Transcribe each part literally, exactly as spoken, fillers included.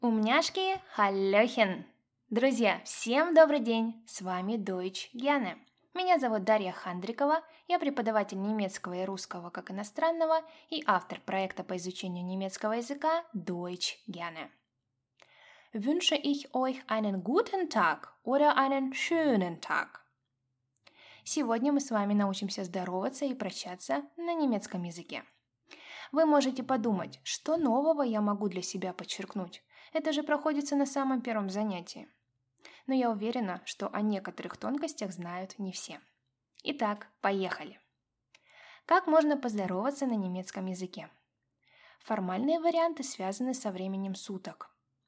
Умняшки, халлёхен! Друзья, всем добрый день! С вами Deutsch Gerne. Меня зовут Дарья Хандрикова, я преподаватель немецкого и русского как иностранного и автор проекта по изучению немецкого языка Deutsch Gerne. Wünsche ich euch einen guten Tag oder einen schönen Tag? Сегодня мы с вами научимся здороваться и прощаться на немецком языке. Вы можете подумать, что нового я могу для себя подчеркнуть. Это же проходится на самом первом занятии. Но я уверена, что о некоторых тонкостях знают не все. Итак, поехали. Как можно поздороваться на немецком языке? Формальные варианты связаны со временем суток.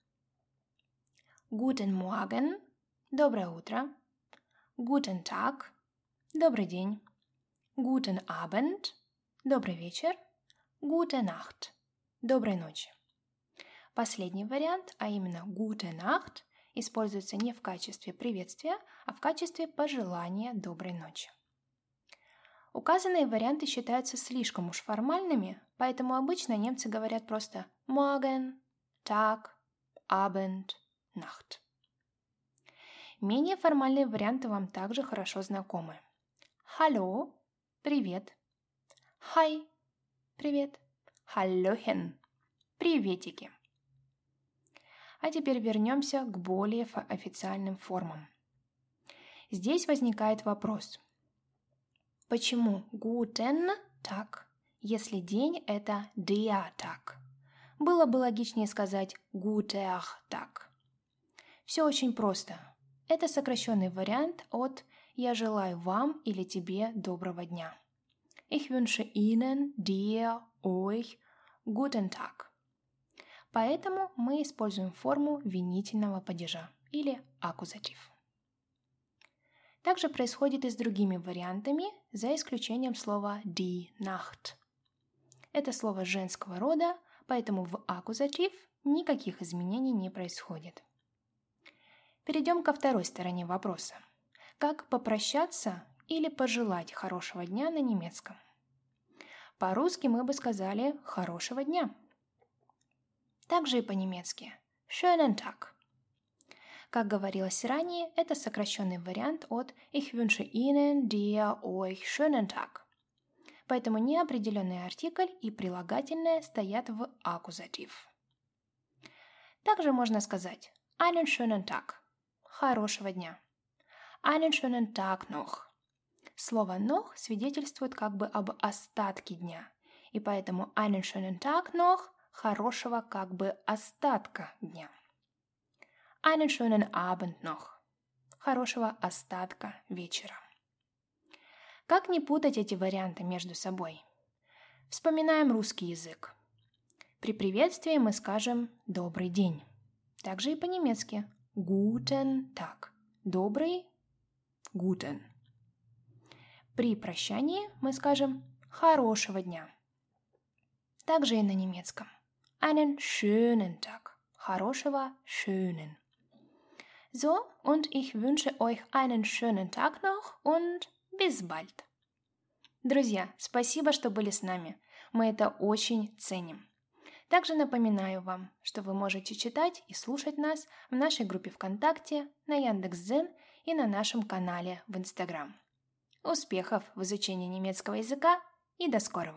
Guten Morgen – доброе утро. Guten Tag – добрый день. Guten Abend – добрый вечер. Gute Nacht – доброй ночи. Последний вариант, а именно Gute Nacht, используется не в качестве приветствия, а в качестве пожелания доброй ночи. Указанные варианты считаются слишком уж формальными, поэтому обычно немцы говорят просто Morgen, Tag, Abend, Nacht. Менее формальные варианты вам также хорошо знакомы. Hallo – привет. Hi – привет. Hallöchen – приветики. А теперь вернемся к более официальным формам. Здесь возникает вопрос. Почему Guten Tag, если день – это der Tag? Было бы логичнее сказать Guter Tag. Все очень просто. Это сокращенный вариант от «Я желаю вам или тебе доброго дня». Ich wünsche Ihnen, dir, euch guten Tag. Поэтому мы используем форму винительного падежа или аккузатив. Также происходит и с другими вариантами, за исключением слова die Nacht. Это слово женского рода, поэтому в аккузатив никаких изменений не происходит. Перейдем ко второй стороне вопроса. Как попрощаться или пожелать хорошего дня на немецком? По-русски мы бы сказали «хорошего дня». Также и по-немецки «schönen Tag». Как говорилось ранее, это сокращенный вариант от «Ich wünsche Ihnen, dir, euch schönen Tag». Поэтому неопределенный артикль и прилагательное стоят в аккузатив. Также можно сказать «einen schönen Tag» – «хорошего дня». «Einen schönen Tag noch». Слово «noch» свидетельствует как бы об остатке дня, и поэтому «einen schönen Tag noch» – хорошего как бы остатка дня. Einen schönen Abend noch – хорошего остатка вечера. Как не путать эти варианты между собой? Вспоминаем русский язык. При приветствии мы скажем «добрый день». Также и по-немецки «guten Tag» – «добрый» – «guten». При прощании мы скажем «хорошего дня». Также и на немецком. Einen schönen Tag. Хорошего schönen. So, und ich wünsche euch einen schönen Tag noch und bis bald. Друзья, спасибо, что были с нами. Мы это очень ценим. Также напоминаю вам, что вы можете читать и слушать нас в нашей группе ВКонтакте, на Яндекс.Дзен и на нашем канале в Инстаграм. Успехов в изучении немецкого языка и до скорого!